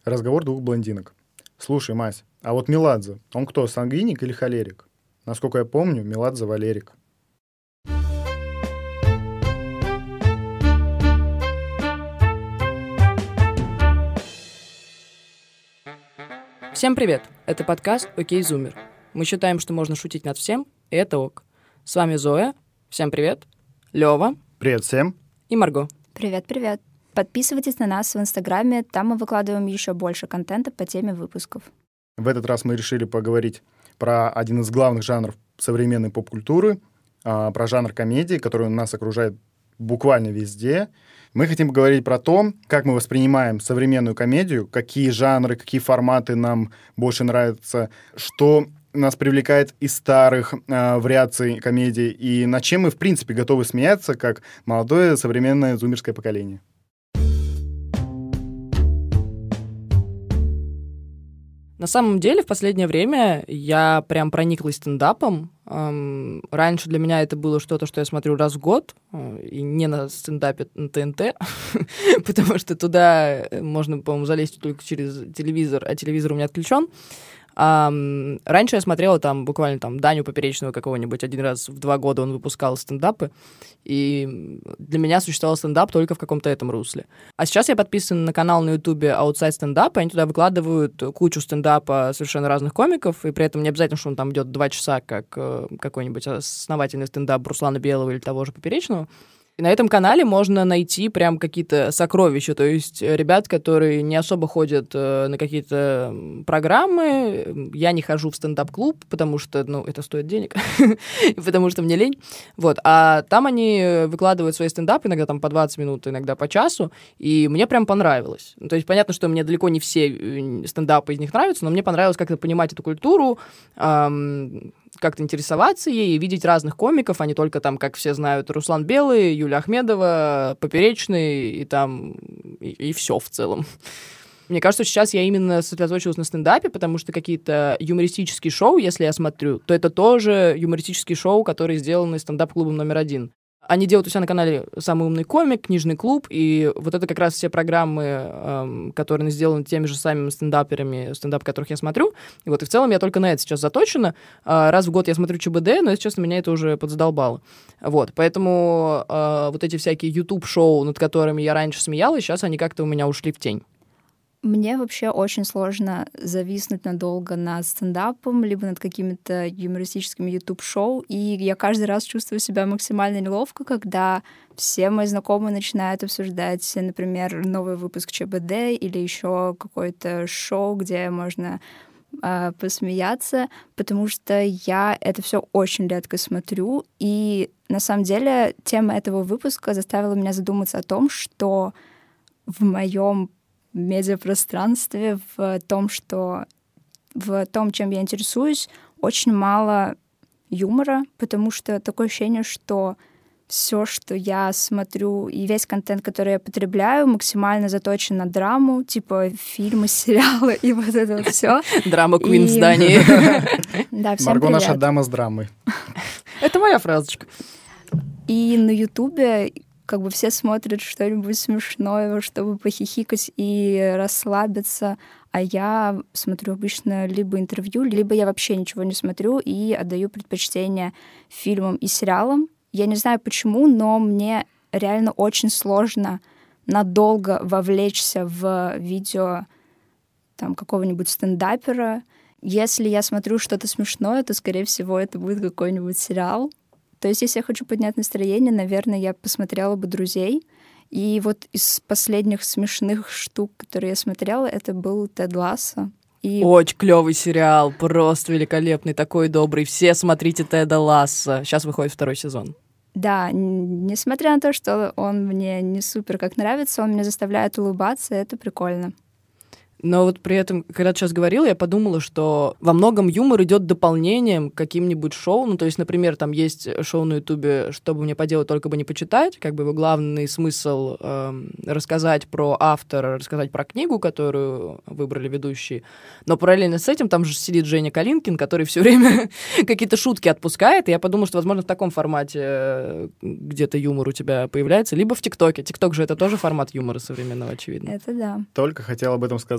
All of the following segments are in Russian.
Разговор двух блондинок. Слушай, Мась, а вот Меладзе, он кто, сангвиник или холерик? Насколько я помню, Меладзе Валерик. Всем привет! Это подкаст «Окей, Зумер». Мы считаем, что можно шутить над всем, и это ок. С вами Зоя. Всем привет. Лёва. Привет всем. И Марго. Привет-привет. Подписывайтесь на нас в Инстаграме, там мы выкладываем еще больше контента по теме выпусков. В этот раз мы решили поговорить про один из главных жанров современной поп-культуры, про жанр комедии, который нас окружает буквально везде. Мы хотим поговорить про то, как мы воспринимаем современную комедию, какие жанры, какие форматы нам больше нравятся, что нас привлекает из старых вариаций комедии и над чем мы, в принципе, готовы смеяться, как молодое современное зумерское поколение. На самом деле, в последнее время я прям прониклась стендапом. Раньше для меня это было что-то, что я смотрю раз в год, и не на стендапе на ТНТ, потому что туда можно, по-моему, залезть только через телевизор, а телевизор у меня отключен. Раньше я смотрела там буквально Даню Поперечного какого-нибудь, один раз в 2 года он выпускал стендапы, и для меня существовал стендап только в каком-то этом русле. А сейчас я подписан на канал на Ютубе Outside Stand-Up, и они туда выкладывают кучу стендапа совершенно разных комиков, и при этом не обязательно, что он там идет 2 часа, как какой-нибудь основательный стендап Руслана Белого или того же Поперечного. И на этом канале можно найти прям какие-то сокровища, то есть ребят, которые не особо ходят на какие-то программы. Я не хожу в стендап-клуб, потому что, это стоит денег, потому что мне лень. Вот. А там они выкладывают свои стендапы, иногда там по 20 минут, иногда по часу, и мне прям понравилось. То есть понятно, что мне далеко не все стендапы из них нравятся, но мне понравилось как-то понимать эту культуру, как-то интересоваться ей и видеть разных комиков, а не только там, как все знают, Руслан Белый, Юля Ахмедова, Поперечный и все в целом. Мне кажется, сейчас я именно сосредоточилась на стендапе, потому что какие-то юмористические шоу, если я смотрю, то это тоже юмористические шоу, которые сделаны стендап-клубом номер 1. Они делают у себя на канале «Самый умный комик», «Книжный клуб», и вот это как раз все программы, которые сделаны теми же самыми стендаперами, стендап которых я смотрю. И в целом я только на это сейчас заточена. Раз в год я смотрю ЧБД, но, если честно, меня это уже подзадолбало. Поэтому вот эти всякие YouTube-шоу, над которыми я раньше смеялась, сейчас они как-то у меня ушли в тень. Мне вообще очень сложно зависнуть надолго над стендапом, либо над какими-то юмористическими YouTube-шоу, и я каждый раз чувствую себя максимально неловко, когда все мои знакомые начинают обсуждать, например, новый выпуск ЧБД или еще какое-то шоу, где можно посмеяться, потому что я это все очень редко смотрю, и на самом деле тема этого выпуска заставила меня задуматься о том, что в моем медиапространстве, в том, чем я интересуюсь, очень мало юмора, потому что такое ощущение, что все, что я смотрю, и весь контент, который я потребляю, максимально заточен на драму, типа фильмы, сериалы и вот это вот все. Драма Квин в здании. Да, всем Марго привет. наша дама с драмой. Это моя фразочка. И на Ютубе все смотрят что-нибудь смешное, чтобы похихикать и расслабиться, а я смотрю обычно либо интервью, либо я вообще ничего не смотрю и отдаю предпочтение фильмам и сериалам. Я не знаю почему, но мне реально очень сложно надолго вовлечься в видео какого-нибудь стендапера. Если я смотрю что-то смешное, то, скорее всего, это будет какой-нибудь сериал. То есть, если я хочу поднять настроение, наверное, я посмотрела бы «Друзей». И из последних смешных штук, которые я смотрела, это был «Тед Лассо». Очень клевый сериал, просто великолепный, такой добрый. Все смотрите «Теда Лассо». Сейчас выходит 2-й сезон. Да, несмотря на то, что он мне не супер как нравится, он меня заставляет улыбаться, это прикольно. Но при этом, когда ты сейчас говорила, я подумала, что во многом юмор идет дополнением к каким-нибудь шоу. То есть, например, там есть шоу на Ютубе «Что бы мне поделать, только бы не почитать». Его главный смысл рассказать про автора, рассказать про книгу, которую выбрали ведущие. Но параллельно с этим там же сидит Женя Калинкин, который все время какие-то шутки отпускает. И я подумала, что, возможно, в таком формате где-то юмор у тебя появляется. Либо в ТикТоке. ТикТок же это тоже формат юмора современного, очевидно. Это да. Только хотел об этом сказать.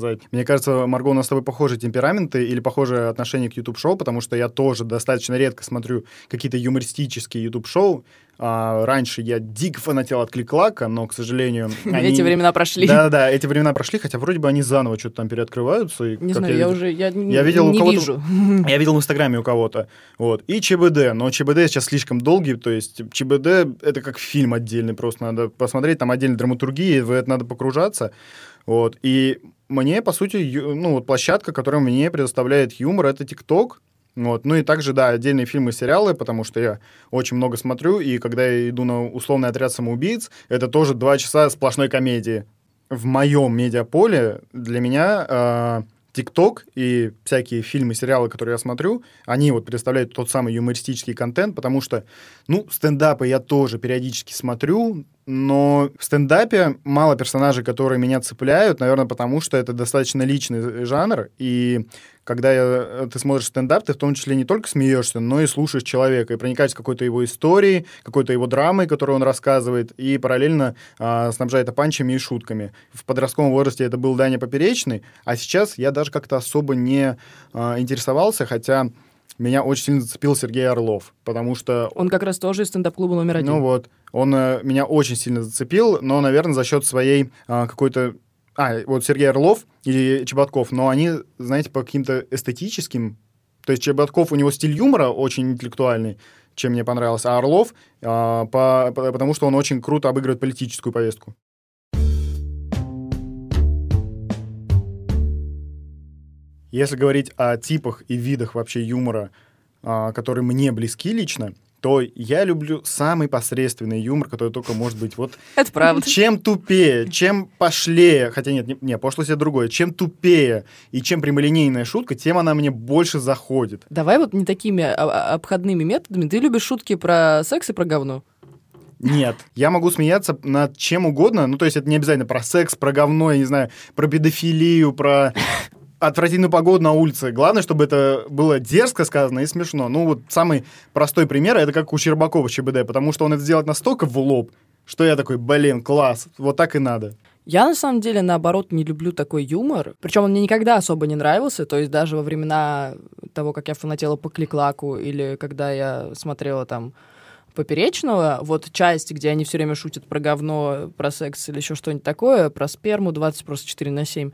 сказать. Мне кажется, Марго, у нас с тобой похожие темпераменты или похожее отношение к YouTube-шоу, потому что я тоже достаточно редко смотрю какие-то юмористические YouTube-шоу. Раньше я дико фанател от Клик-Клака, но, к сожалению... Эти времена прошли. Да-да, эти времена прошли, хотя вроде бы они заново что-то там переоткрываются. Не знаю, я видел не вижу. Я видел в Инстаграме у кого-то. Вот. И ЧБД, но ЧБД сейчас слишком долгий, то есть ЧБД — это как фильм отдельный, просто надо посмотреть, там отдельная драматургия, в это надо погружаться. Вот. И мне, по сути, площадка, которая мне предоставляет юмор, это ТикТок. Вот. Ну и также, да, отдельные фильмы и сериалы, потому что я очень много смотрю, и когда я иду на условный отряд самоубийц, это тоже 2 часа сплошной комедии. В моем медиаполе для меня ТикТок и всякие фильмы, сериалы, которые я смотрю, они вот предоставляют тот самый юмористический контент, потому что, стендапы я тоже периодически смотрю, но в стендапе мало персонажей, которые меня цепляют, наверное, потому что это достаточно личный жанр, и когда ты смотришь стендап, ты в том числе не только смеешься, но и слушаешь человека, и проникаешь в какой-то его историей, какой-то его драмой, которую он рассказывает, и параллельно снабжает это панчами и шутками. В подростковом возрасте это был Даня Поперечный, а сейчас я даже как-то особо не интересовался, хотя меня очень сильно зацепил Сергей Орлов, потому что... Он как раз тоже из стендап-клуба номер 1. Ну вот, он меня очень сильно зацепил, но, наверное, за счет своей какой-то... вот Сергей Орлов или Чеботков, но они, знаете, по каким-то эстетическим... То есть Чеботков, у него стиль юмора очень интеллектуальный, чем мне понравилось, а Орлов, потому что он очень круто обыгрывает политическую повестку. Если говорить о типах и видах вообще юмора, которые мне близки лично, то я люблю самый посредственный юмор, который только может быть. Вот это правда. Чем тупее, чем пошлее, хотя нет, пошлость — это другое, чем тупее и чем прямолинейная шутка, тем она мне больше заходит. Давай вот не такими обходными методами. Ты любишь шутки про секс и про говно? Нет, я могу смеяться над чем угодно, то есть это не обязательно про секс, про говно, я не знаю, про педофилию, про... отвратительную погоду на улице. Главное, чтобы это было дерзко сказано и смешно. Вот самый простой пример — это как у Щербакова ЧБД, потому что он это сделает настолько в лоб, что я такой, класс, вот так и надо. Я, на самом деле, наоборот, не люблю такой юмор. Причем он мне никогда особо не нравился. То есть даже во времена того, как я фанатела по Клик-Клаку, или когда я смотрела там Поперечного, вот часть, где они все время шутят про говно, про секс или еще что-нибудь такое, про сперму 24/7,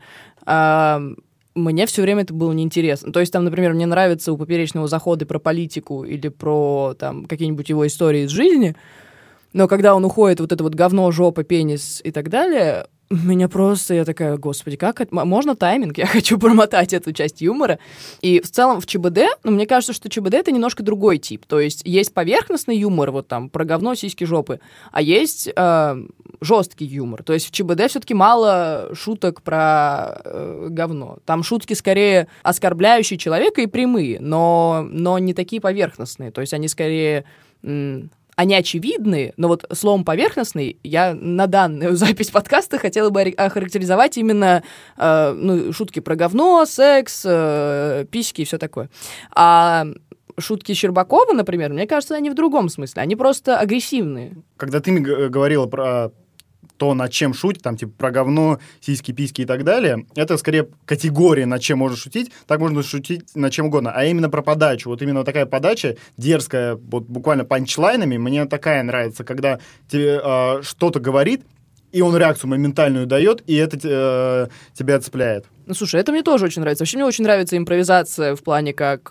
мне все время это было неинтересно. То есть там, например, мне нравятся у Поперечного заходы про политику или про там какие-нибудь его истории из жизни, но когда он уходит, вот это вот говно, жопа, пенис и так далее, меня просто, я такая, господи, как это? Можно тайминг? Я хочу промотать эту часть юмора. И в целом в ЧБД, мне кажется, что ЧБД — это немножко другой тип. То есть есть поверхностный юмор, вот там, про говно, сиськи, жопы, а есть жесткий юмор. То есть в ЧБД все-таки мало шуток про говно. Там шутки скорее оскорбляющие человека и прямые, но не такие поверхностные. То есть они скорее... Они очевидные, но вот словом «поверхностный» я на данную запись подкаста хотела бы охарактеризовать именно шутки про говно, секс, письки и все такое. А шутки Щербакова, например, мне кажется, они в другом смысле. Они просто агрессивные. Когда ты мне говорила про то, над чем шутить, там, типа, про говно, сиськи, письки и так далее, это скорее категория, над чем можно шутить, так можно шутить над чем угодно, а именно про подачу. Вот именно такая подача, дерзкая, вот буквально панчлайнами, мне такая нравится, когда тебе что-то говорит, и он реакцию моментальную дает, и это тебя цепляет. Слушай, это мне тоже очень нравится. Вообще мне очень нравится импровизация в плане как...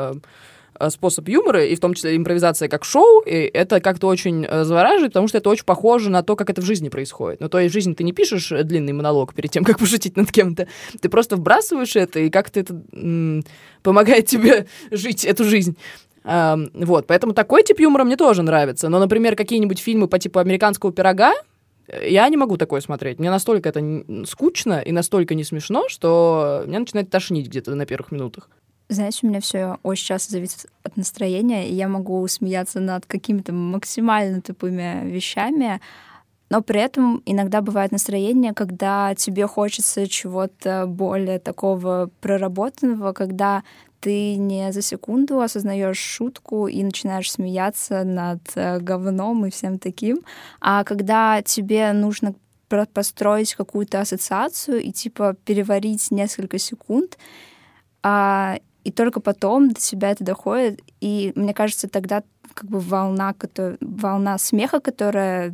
способ юмора, и в том числе импровизация как шоу, и это как-то очень завораживает, потому что это очень похоже на то, как это в жизни происходит. То есть в жизни ты не пишешь длинный монолог перед тем, как пошутить над кем-то, ты просто вбрасываешь это, и как-то это помогает тебе жить эту жизнь. Поэтому такой тип юмора мне тоже нравится. Но, например, какие-нибудь фильмы по типу «Американского пирога», я не могу такое смотреть. Мне настолько это скучно и настолько не смешно, что меня начинает тошнить где-то на первых минутах. Знаете, у меня все очень часто зависит от настроения, и я могу смеяться над какими-то максимально тупыми вещами, но при этом иногда бывает настроение, когда тебе хочется чего-то более такого проработанного, когда ты не за секунду осознаешь шутку и начинаешь смеяться над говном и всем таким, а когда тебе нужно построить какую-то ассоциацию и, типа, переварить несколько секунд, и только потом до себя это доходит. И мне кажется, тогда как бы волна смеха, которая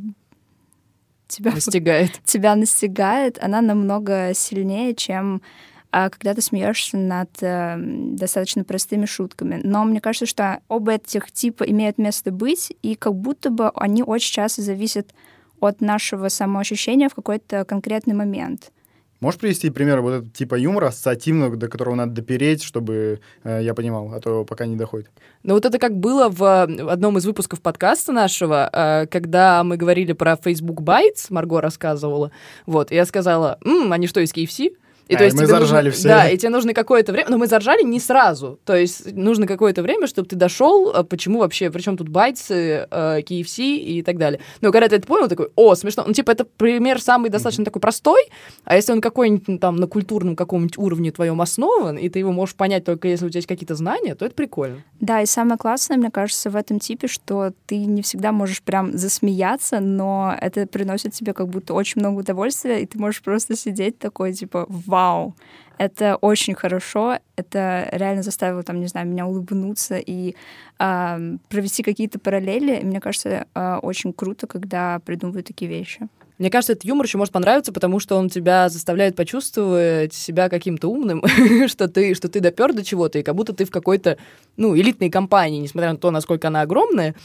тебя настигает, она намного сильнее, чем когда ты смеешься над достаточно простыми шутками. Но мне кажется, что оба этих типа имеют место быть, и как будто бы они очень часто зависят от нашего самоощущения в какой-то конкретный момент. Можешь привести пример вот этого типа юмора ассоциативного, до которого надо допереть, чтобы я понимал, а то пока не доходит? Ну вот это как было в одном из выпусков подкаста нашего, когда мы говорили про Facebook Bites, Марго рассказывала, вот, и я сказала, они что, из KFC? И, то есть мы заржали все. Да, и тебе нужно какое-то время... Но мы заржали не сразу. То есть нужно какое-то время, чтобы ты дошел, почему вообще, причем тут байтсы, KFC и так далее. Но когда ты это понял, такой, смешно. Ну, типа, это пример самый достаточно такой простой, а если он какой-нибудь там на культурном каком-нибудь уровне твоем основан, и ты его можешь понять только если у тебя есть какие-то знания, то это прикольно. Да, и самое классное, мне кажется, в этом типе, что ты не всегда можешь прям засмеяться, но это приносит тебе как будто очень много удовольствия, и ты можешь просто сидеть такой, типа, вау, это очень хорошо, это реально заставило, там, не знаю, меня улыбнуться и провести какие-то параллели. И мне кажется, очень круто, когда придумывают такие вещи. Мне кажется, этот юмор еще может понравиться, потому что он тебя заставляет почувствовать себя каким-то умным, что ты допер до чего-то, и как будто ты в какой-то, элитной компании, несмотря на то, насколько она огромная,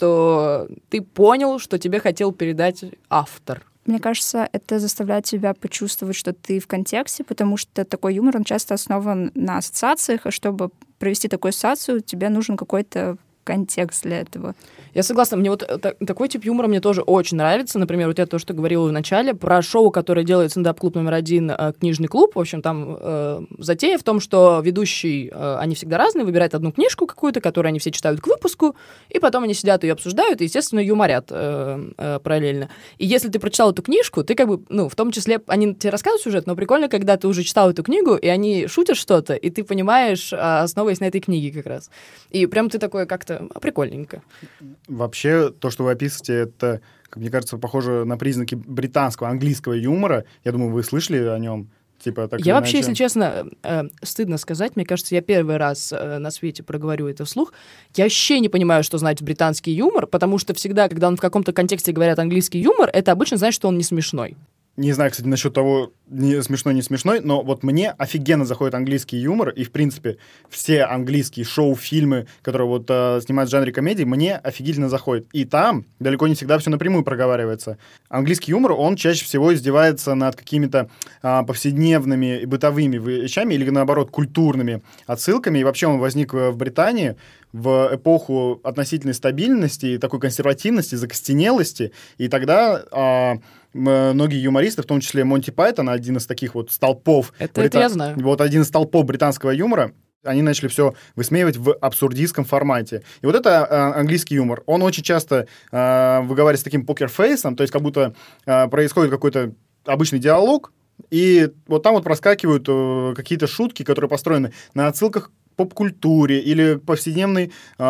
что ты понял, что тебе хотел передать автор. Мне кажется, это заставляет тебя почувствовать, что ты в контексте, потому что такой юмор, он часто основан на ассоциациях, и чтобы провести такую ассоциацию, тебе нужен какой-то контекст для этого. Я согласна. Мне вот такой тип юмора мне тоже очень нравится. Например, вот я то, что говорила в начале, про шоу, которое делает стендап-клуб номер 1 «Книжный клуб». В общем, там затея в том, что ведущий, они всегда разные, выбирают одну книжку какую-то, которую они все читают к выпуску, и потом они сидят и обсуждают, и, естественно, юморят параллельно. И если ты прочитал эту книжку, ты как бы, в том числе, они тебе рассказывают сюжет, но прикольно, когда ты уже читал эту книгу, и они шутят что-то, и ты понимаешь, основываясь на этой книге как раз. И прям ты такой как-то прикольненько. Вообще, то, что вы описываете, это, как мне кажется, похоже на признаки британского, английского юмора. Я думаю, вы слышали о нем? Типа, так я вообще, если честно, стыдно сказать, мне кажется, я первый раз на свете проговорю это вслух. Я вообще не понимаю, что значит британский юмор, потому что всегда, когда он в каком-то контексте говорят английский юмор, это обычно значит, что он не смешной. Не знаю, кстати, насчет того, смешной, не смешной, но вот мне офигенно заходит английский юмор, и, в принципе, все английские шоу, фильмы, которые вот снимают в жанре комедии, мне офигительно заходят. И там далеко не всегда все напрямую проговаривается. Английский юмор, он чаще всего издевается над какими-то повседневными и бытовыми вещами, или, наоборот, культурными отсылками, и вообще он возник в Британии в эпоху относительной стабильности и такой консервативности, закостенелости, и тогда... многие юмористы, в том числе Монти Пайтон, один из таких вот столпов... Это я знаю. Вот один из столпов британского юмора, они начали все высмеивать в абсурдистском формате. И вот это английский юмор. Он очень часто выговаривается с таким покерфейсом, то есть как будто происходит какой-то обычный диалог, и вот там вот проскакивают какие-то шутки, которые построены на отсылках поп-культуре или повседневной,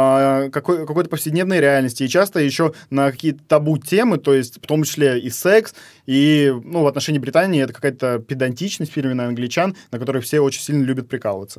какой-то повседневной реальности. И часто еще на какие-то табу-темы, то есть в том числе и секс, и в отношении Британии это какая-то педантичность фирменная англичан, на которой все очень сильно любят прикалываться.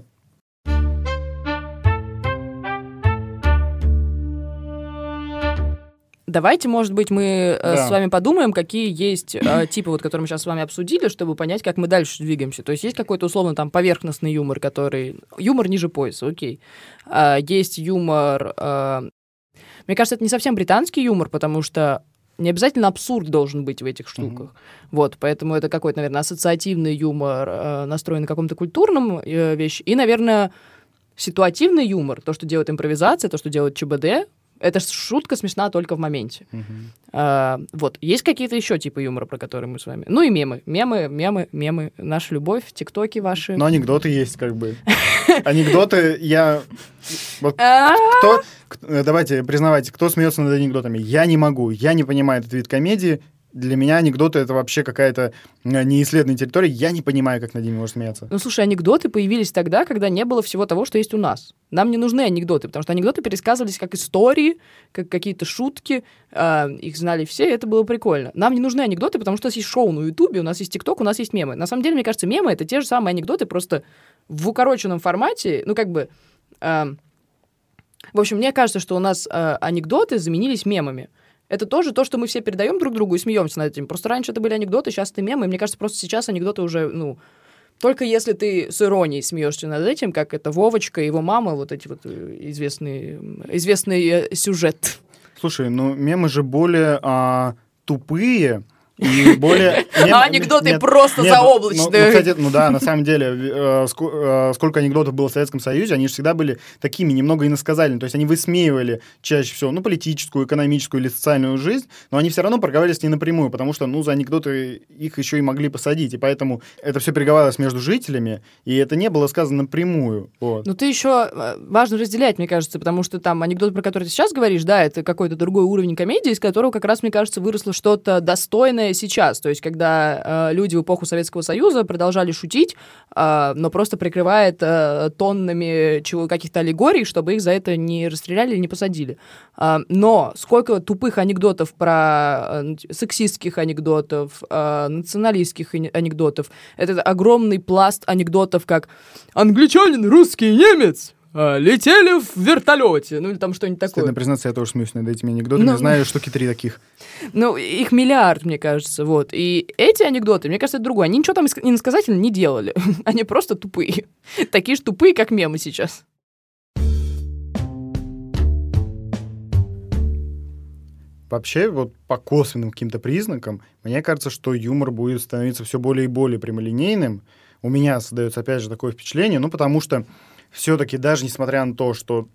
Давайте, может быть, мы с вами подумаем, какие есть типы, вот, которые мы сейчас с вами обсудили, чтобы понять, как мы дальше двигаемся. То есть есть какой-то, условно, там, поверхностный юмор, который... Юмор ниже пояса, окей. Есть юмор... Мне кажется, это не совсем британский юмор, потому что не обязательно абсурд должен быть в этих штуках. Вот, поэтому это какой-то, наверное, ассоциативный юмор, настроен на каком-то культурном вещи. И, наверное, ситуативный юмор, то, что делает импровизация, то, что делает ЧБД. Эта шутка смешна только в моменте. Вот. Есть какие-то еще типы юмора, про которые мы с вами... Ну и мемы. Мемы. Наша любовь, тиктоки ваши. Но анекдоты есть, как бы. Анекдоты я... Давайте, признавайте, кто смеется над анекдотами? Я не могу. Я не понимаю этот вид комедии. Для меня анекдоты — это вообще какая-то неисследованная территория. Я не понимаю, как над ними можно смеяться. Ну, слушай, анекдоты появились тогда, когда не было всего того, что есть у нас. Нам не нужны анекдоты, потому что анекдоты пересказывались как истории, как какие-то шутки, их знали все, и это было прикольно. Нам не нужны анекдоты, потому что у нас есть шоу на Ютубе, у нас есть ТикТок, у нас есть мемы. На самом деле, мне кажется, мемы — это те же самые анекдоты, просто в укороченном формате, ну, как бы... В общем, мне кажется, что у нас анекдоты заменились мемами. Это тоже то, что мы все передаем друг другу и смеемся над этим. Просто раньше это были анекдоты, сейчас это мемы. И мне кажется, просто сейчас анекдоты уже, ну, только если ты с иронией смеешься над этим, как это Вовочка и его мама, вот эти вот известный сюжет. Слушай, ну мемы же более тупые, и более... Анекдоты просто заоблачные. Кстати, ну да, на самом деле, сколько анекдотов было в Советском Союзе, они же всегда были такими немного иносказательными. То есть они высмеивали чаще всего, ну, политическую, экономическую или социальную жизнь, но они все равно проговаривались не напрямую, потому что, ну, за анекдоты их еще и могли посадить. И поэтому это все переговаривалось между жителями, и это не было сказано напрямую. Вот. Ну, ты еще важно разделять, мне кажется, потому что там анекдот, про который ты сейчас говоришь, да, это какой-то другой уровень комедии, из которого как раз, мне кажется, выросло что-то достойное сейчас, то есть когда люди в эпоху Советского Союза продолжали шутить, но просто прикрывает тоннами каких-то аллегорий, чтобы их за это не расстреляли или не посадили. Но сколько тупых анекдотов про сексистских анекдотов, националистских анекдотов, это огромный пласт анекдотов, как «англичанин, русский, немец» летели в вертолете, ну или там что-нибудь такое. Стыдно признаться, я тоже смеюсь над этими анекдотами, знаю штуки 3 таких. Ну, их миллиард, мне кажется, вот. И эти анекдоты, мне кажется, это другое. Они ничего там иносказательно не делали. Они просто тупые. Такие же тупые, как мемы сейчас. Вообще, вот по косвенным каким-то признакам, мне кажется, что юмор будет становиться все более и более прямолинейным. У меня создается, опять же, такое впечатление, ну, потому что все-таки даже несмотря на то, что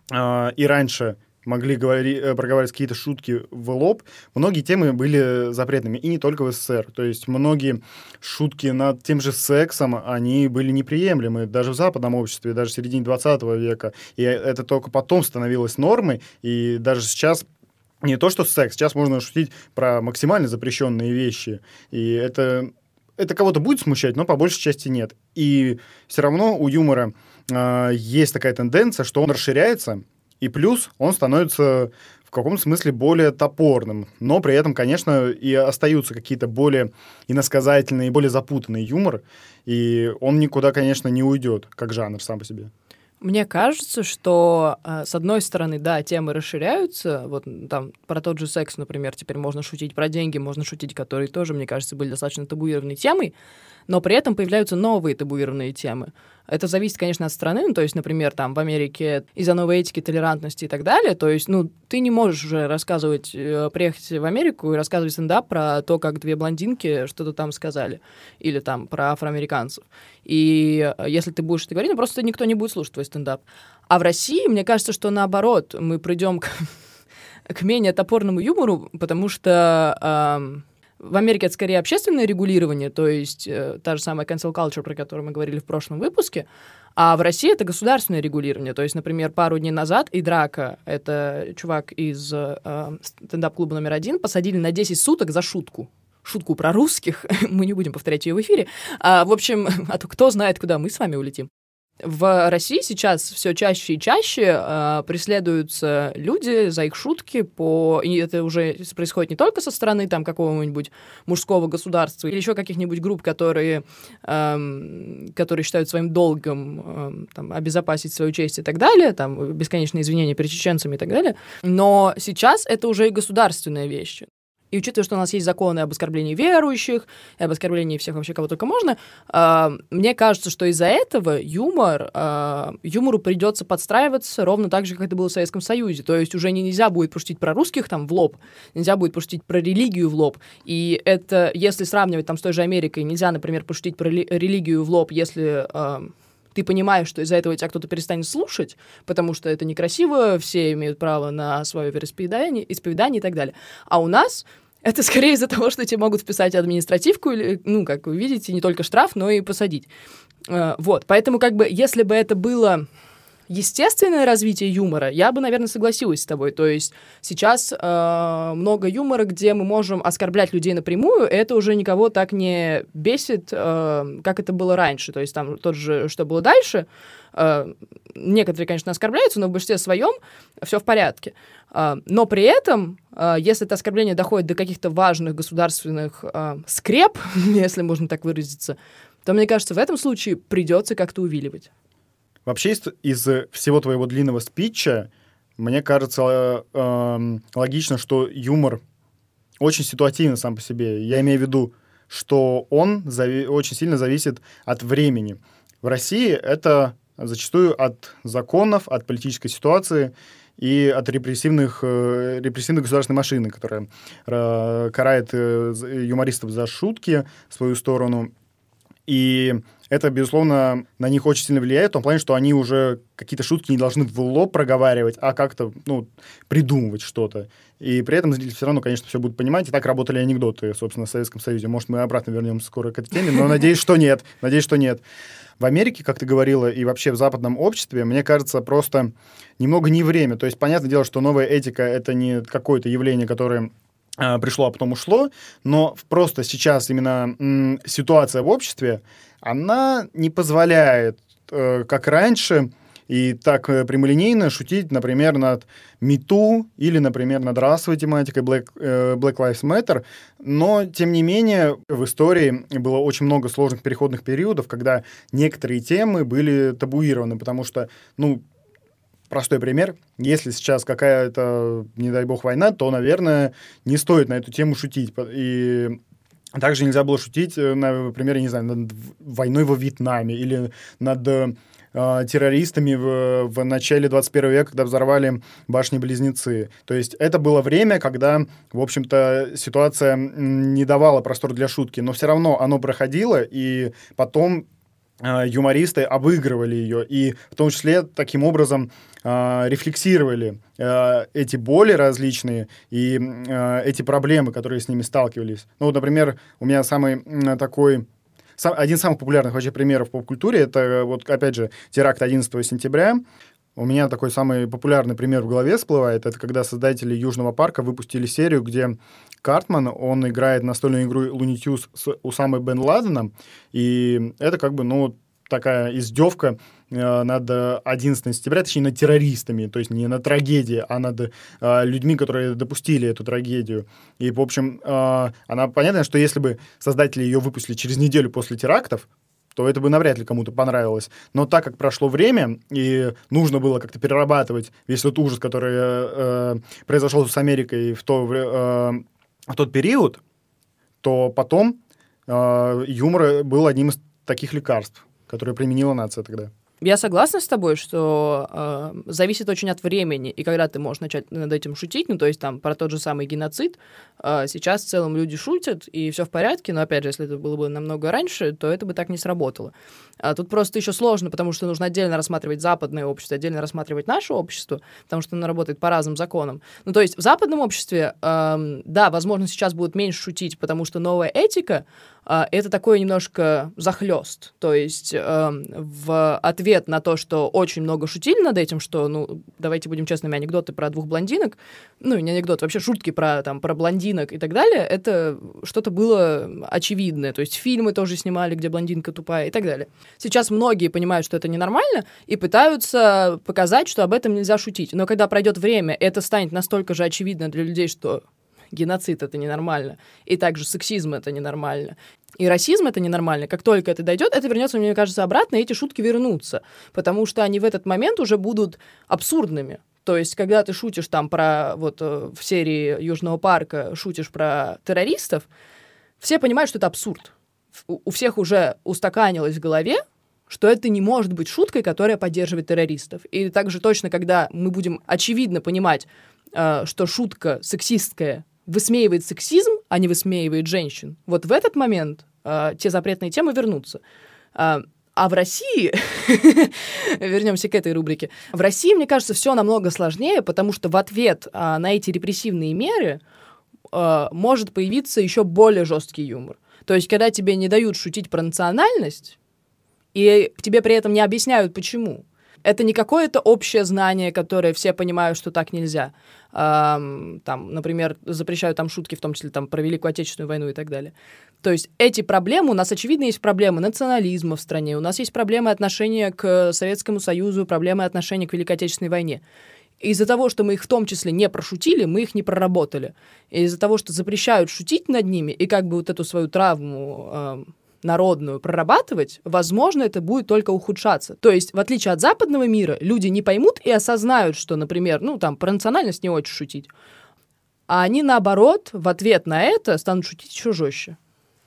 и раньше могли проговаривать какие-то шутки в лоб, многие темы были запретными, и не только в СССР. То есть многие шутки над тем же сексом, они были неприемлемы даже в западном обществе, даже в середине 20 века. И это только потом становилось нормой, и даже сейчас не то что секс, сейчас можно шутить про максимально запрещенные вещи, и это кого-то будет смущать, но по большей части нет. И все равно у юмора есть такая тенденция, что он расширяется, и плюс он становится в каком-то смысле более топорным. Но при этом, конечно, и остаются какие-то более иносказательные, более запутанный юмор, и он никуда, конечно, не уйдет, как жанр сам по себе. Мне кажется, что, с одной стороны, да, темы расширяются. Вот там про тот же секс, например, теперь можно шутить, про деньги можно шутить, которые тоже, мне кажется, были достаточно табуированной темой, но при этом появляются новые табуированные темы. Это зависит, конечно, от страны. Ну, то есть, например, там в Америке из-за новой этики, толерантности и так далее. То есть, ну, ты не можешь уже приехать в Америку и рассказывать стендап про то, как две блондинки что-то там сказали. Или там про афроамериканцев. И если ты будешь это говорить, ну, просто никто не будет слушать твой стендап. А в России, мне кажется, что наоборот, мы придем к менее топорному юмору, потому что... В Америке это скорее общественное регулирование, то есть та же самая cancel culture, про которую мы говорили в прошлом выпуске, а в России это государственное регулирование. То есть, например, пару дней назад Идрака, это чувак из стендап-клуба номер 1, посадили на 10 суток за шутку. Шутку про русских, мы не будем повторять ее в эфире. В общем, а то кто знает, куда мы с вами улетим. В России сейчас все чаще и чаще преследуются люди за их шутки, и это уже происходит не только со стороны там, какого-нибудь мужского государства или еще каких-нибудь групп, которые считают своим долгом там, обезопасить свою честь и так далее, там, бесконечные извинения перед чеченцами и так далее. Но сейчас это уже и государственная вещь. И учитывая, что у нас есть законы об оскорблении верующих, и об оскорблении всех вообще, кого только можно, мне кажется, что из-за этого юмору придется подстраиваться ровно так же, как это было в Советском Союзе. То есть уже нельзя будет пошутить про русских там в лоб, нельзя будет пошутить про религию в лоб. И это, если сравнивать там с той же Америкой, нельзя, например, пошутить про религию в лоб, если... ты понимаешь, что из-за этого тебя кто-то перестанет слушать, потому что это некрасиво, все имеют право на свое вероисповедание и так далее. А у нас это скорее из-за того, что тебе могут вписать административку, или, ну, как вы видите, не только штраф, но и посадить. Вот, поэтому как бы, если бы это было естественное развитие юмора, я бы, наверное, согласилась с тобой. То есть сейчас много юмора, где мы можем оскорблять людей напрямую, и это уже никого так не бесит, как это было раньше. То есть там тот же «Что было дальше», некоторые, конечно, оскорбляются, но в большинстве своем все в порядке. Но при этом, если это оскорбление доходит до каких-то важных государственных скреп, если можно так выразиться, то, мне кажется, в этом случае придется как-то увиливать. Вообще, из всего твоего длинного спича, мне кажется, логично, что юмор очень ситуативен сам по себе. Я имею в виду, что он очень сильно зависит от времени. В России это зачастую от законов, от политической ситуации и от репрессивной государственной машины, которая карает юмористов за шутки в свою сторону. И это, безусловно, на них очень сильно влияет, в том плане, что они уже какие-то шутки не должны в лоб проговаривать, а как-то, придумывать что-то. И при этом зрители все равно, конечно, все будут понимать. И так работали анекдоты, собственно, в Советском Союзе. Может, мы обратно вернемся скоро к этой теме, но надеюсь, что нет. В Америке, как ты говорила, и вообще в западном обществе, мне кажется, просто немного не время. То есть, понятное дело, что новая этика — это не какое-то явление, которое пришло, а потом ушло, но просто сейчас именно ситуация в обществе, она не позволяет, как раньше, и так прямолинейно шутить, например, над #MeToo или, например, над расовой тематикой Black Lives Matter. Но, тем не менее, в истории было очень много сложных переходных периодов, когда некоторые темы были табуированы, потому что, простой пример. Если сейчас какая-то, не дай бог, война, то, наверное, не стоит на эту тему шутить. И также нельзя было шутить, например, я не знаю, над войной во Вьетнаме или над террористами в начале 21 века, когда взорвали башни-близнецы. То есть это было время, когда, в общем-то, ситуация не давала простор для шутки, но все равно оно проходило, и потом юмористы обыгрывали ее, и в том числе таким образом рефлексировали эти боли различные и эти проблемы, которые с ними сталкивались. Например, у меня один из самых популярных вообще примеров в поп-культуре — это, опять же, теракт 11 сентября. У меня такой самый популярный пример в голове всплывает. Это когда создатели Южного парка выпустили серию, где Картман, он играет настольную игру Looney Tunes с Усамой бен Ладеном, и это такая издевка над 11 сентября, точнее, над террористами, то есть не над трагедией, а над людьми, которые допустили эту трагедию. И, в общем, она понятно, что если бы создатели ее выпустили через неделю после терактов, то это бы навряд ли кому-то понравилось. Но так как прошло время, и нужно было как-то перерабатывать весь тот ужас, который произошел с Америкой в тот период, то потом юмор был одним из таких лекарств, которое применила нация тогда. Я согласна с тобой, что зависит очень от времени, и когда ты можешь начать над этим шутить, то есть там про тот же самый геноцид, сейчас в целом люди шутят, и все в порядке, но опять же, если это было бы намного раньше, то это бы так не сработало. Тут просто еще сложно, потому что нужно отдельно рассматривать западное общество, отдельно рассматривать наше общество, потому что оно работает по разным законам. То есть в западном обществе, да, возможно, сейчас будут меньше шутить, потому что новая этика это такой немножко захлёст. То есть в ответ на то, что очень много шутили над этим, что, давайте будем честными, анекдоты про 2 блондинок, не анекдоты, вообще шутки про блондинок и так далее, это что-то было очевидное. То есть фильмы тоже снимали, где блондинка тупая и так далее. Сейчас многие понимают, что это ненормально, и пытаются показать, что об этом нельзя шутить. Но когда пройдет время, это станет настолько же очевидно для людей, что геноцид — это ненормально, и также сексизм — это ненормально, и расизм — это ненормально. Как только это дойдет, это вернется, мне кажется, обратно, и эти шутки вернутся, потому что они в этот момент уже будут абсурдными. То есть, когда ты шутишь там про, в серии Южного парка, шутишь про террористов, все понимают, что это абсурд. У всех уже устаканилось в голове, что это не может быть шуткой, которая поддерживает террористов. И также точно, когда мы будем очевидно понимать, что шутка сексистская высмеивает сексизм, а не высмеивает женщин, в этот момент те запретные темы вернутся. А в России, вернемся к этой рубрике, в России, мне кажется, все намного сложнее, потому что в ответ на эти репрессивные меры может появиться еще более жесткий юмор. То есть, когда тебе не дают шутить про национальность, и тебе при этом не объясняют, почему. Это не какое-то общее знание, которое все понимают, что так нельзя. Там, например, запрещают там шутки, в том числе там, про Великую Отечественную войну и так далее. То есть эти проблемы, у нас, очевидно, есть проблемы национализма в стране, у нас есть проблемы отношения к Советскому Союзу, проблемы отношения к Великой Отечественной войне. Из-за того, что мы их в том числе не прошутили, мы их не проработали. И из-за того, что запрещают шутить над ними и как бы вот эту свою травму народную прорабатывать, возможно, это будет только ухудшаться. То есть, в отличие от западного мира, люди не поймут и осознают, что, например, про национальность не очень шутить. А они, наоборот, в ответ на это станут шутить еще жестче.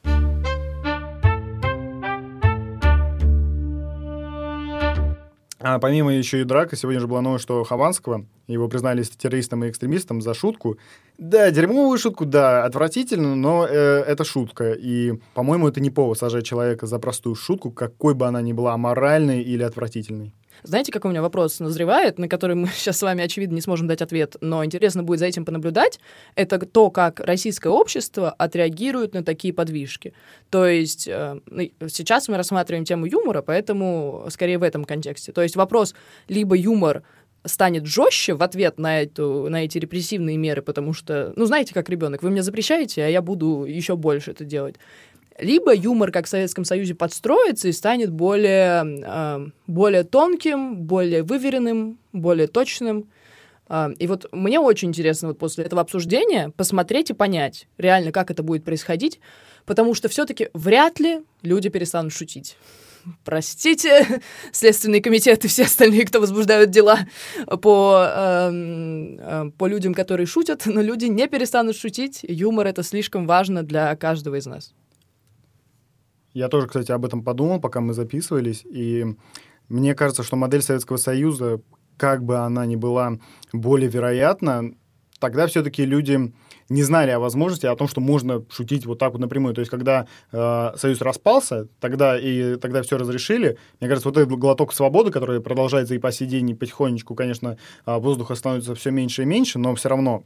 А помимо еще и драка, сегодня же была новость, что Хованского, его признали террористом и экстремистом за шутку. Да, дерьмовую шутку, да, отвратительно, но это шутка. И, по-моему, это не повод сажать человека за простую шутку, какой бы она ни была, аморальной или отвратительной. Знаете, какой у меня вопрос назревает, на который мы сейчас с вами, очевидно, не сможем дать ответ, но интересно будет за этим понаблюдать, это то, как российское общество отреагирует на такие подвижки. То есть сейчас мы рассматриваем тему юмора, поэтому скорее в этом контексте. То есть вопрос, либо юмор станет жестче в ответ на эти репрессивные меры, потому что, знаете, как ребенок, вы мне запрещаете, а я буду еще больше это делать. Либо юмор, как в Советском Союзе, подстроится и станет более тонким, более выверенным, более точным. И вот мне очень интересно вот после этого обсуждения посмотреть и понять реально, как это будет происходить, потому что все-таки вряд ли люди перестанут шутить. Простите, Следственный комитет и все остальные, кто возбуждают дела по людям, которые шутят, но люди не перестанут шутить. Юмор — это слишком важно для каждого из нас. Я тоже, кстати, об этом подумал, пока мы записывались, и мне кажется, что модель Советского Союза, как бы она ни была более вероятна, тогда все-таки люди не знали о возможности, о том, что можно шутить вот так вот напрямую. То есть, когда Союз распался, тогда все разрешили. Мне кажется, вот этот глоток свободы, который продолжается и по сей день, и потихонечку, конечно, воздуха становится все меньше и меньше, но все равно.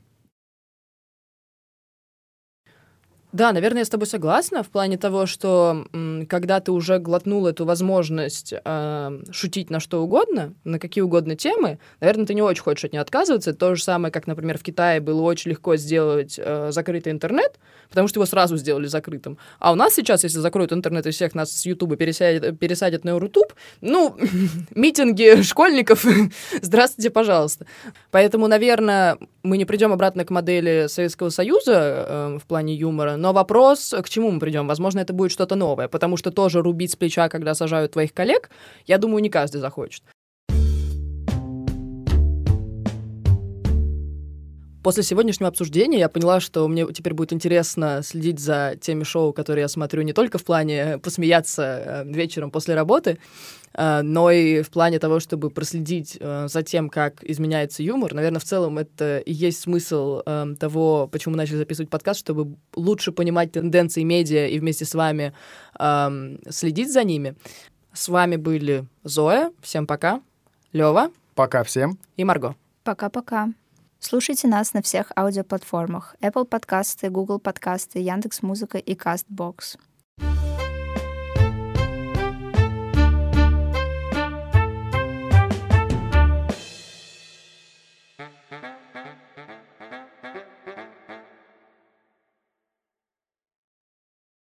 Да, наверное, я с тобой согласна в плане того, что когда ты уже глотнул эту возможность шутить на что угодно, на какие угодно темы, наверное, ты не очень хочешь от нее отказываться. Это то же самое, как, например, в Китае было очень легко сделать закрытый интернет, потому что его сразу сделали закрытым. А у нас сейчас, если закроют интернет и всех нас с Ютуба пересадят на Рутуб, митинги школьников, здравствуйте, пожалуйста. Поэтому, наверное, мы не придем обратно к модели Советского Союза в плане юмора, но вопрос, к чему мы придем? Возможно, это будет что-то новое, потому что тоже рубить с плеча, когда сажают твоих коллег, я думаю, не каждый захочет. После сегодняшнего обсуждения я поняла, что мне теперь будет интересно следить за теми шоу, которые я смотрю, не только в плане посмеяться вечером после работы, но и в плане того, чтобы проследить за тем, как изменяется юмор. Наверное, в целом это и есть смысл того, почему мы начали записывать подкаст, чтобы лучше понимать тенденции медиа и вместе с вами следить за ними. С вами были Зоя. Всем пока. Лёва. Пока всем. И Марго. Пока-пока. Слушайте нас на всех аудиоплатформах: Apple подкасты, Google подкасты, Яндекс.Музыка и Castbox.